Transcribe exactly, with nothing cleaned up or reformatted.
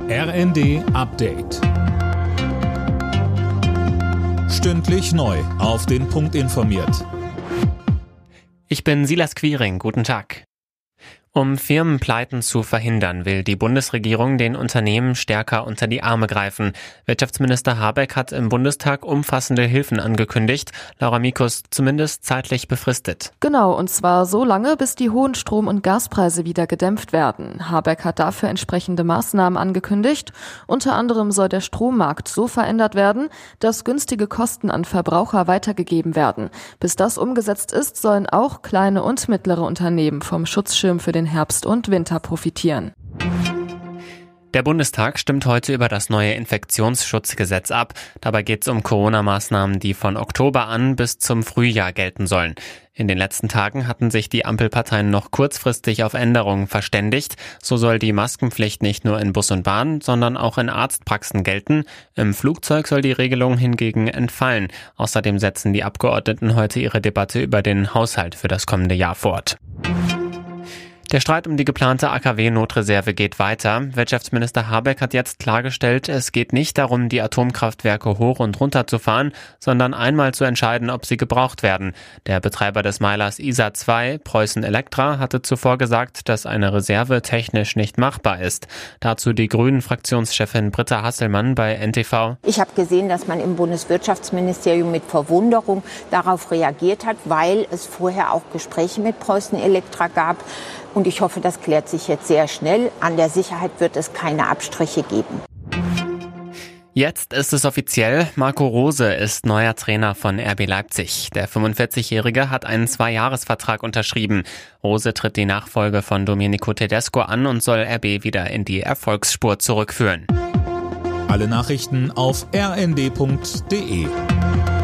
R N D Update. Stündlich neu auf den Punkt informiert. Ich bin Silas Quiring, guten Tag. Um Firmenpleiten zu verhindern, will die Bundesregierung den Unternehmen stärker unter die Arme greifen. Wirtschaftsminister Habeck hat im Bundestag umfassende Hilfen angekündigt. Laura Mikus, zumindest zeitlich befristet. Genau, und zwar so lange, bis die hohen Strom- und Gaspreise wieder gedämpft werden. Habeck hat dafür entsprechende Maßnahmen angekündigt. Unter anderem soll der Strommarkt so verändert werden, dass günstige Kosten an Verbraucher weitergegeben werden. Bis das umgesetzt ist, sollen auch kleine und mittlere Unternehmen vom Schutzschirm für den Herbst und Winter profitieren. Der Bundestag stimmt heute über das neue Infektionsschutzgesetz ab. Dabei geht es um Corona-Maßnahmen, die von Oktober an bis zum Frühjahr gelten sollen. In den letzten Tagen hatten sich die Ampelparteien noch kurzfristig auf Änderungen verständigt. So soll die Maskenpflicht nicht nur in Bus und Bahn, sondern auch in Arztpraxen gelten. Im Flugzeug soll die Regelung hingegen entfallen. Außerdem setzen die Abgeordneten heute ihre Debatte über den Haushalt für das kommende Jahr fort. Der Streit um die geplante A K W-Notreserve geht weiter. Wirtschaftsminister Habeck hat jetzt klargestellt, es geht nicht darum, die Atomkraftwerke hoch und runter zu fahren, sondern einmal zu entscheiden, ob sie gebraucht werden. Der Betreiber des Meilers I S A zwei, Preußen Elektra, hatte zuvor gesagt, dass eine Reserve technisch nicht machbar ist. Dazu die Grünen-Fraktionschefin Britta Hasselmann bei N T V. Ich habe gesehen, dass man im Bundeswirtschaftsministerium mit Verwunderung darauf reagiert hat, weil es vorher auch Gespräche mit Preußen Elektra gab. Und ich hoffe, das klärt sich jetzt sehr schnell. An der Sicherheit wird es keine Abstriche geben. Jetzt ist es offiziell, Marco Rose ist neuer Trainer von R B Leipzig. Der fünfundvierzigjährige hat einen Zweijahresvertrag unterschrieben. Rose tritt die Nachfolge von Domenico Tedesco an und soll R B wieder in die Erfolgsspur zurückführen. Alle Nachrichten auf r n d punkt d e.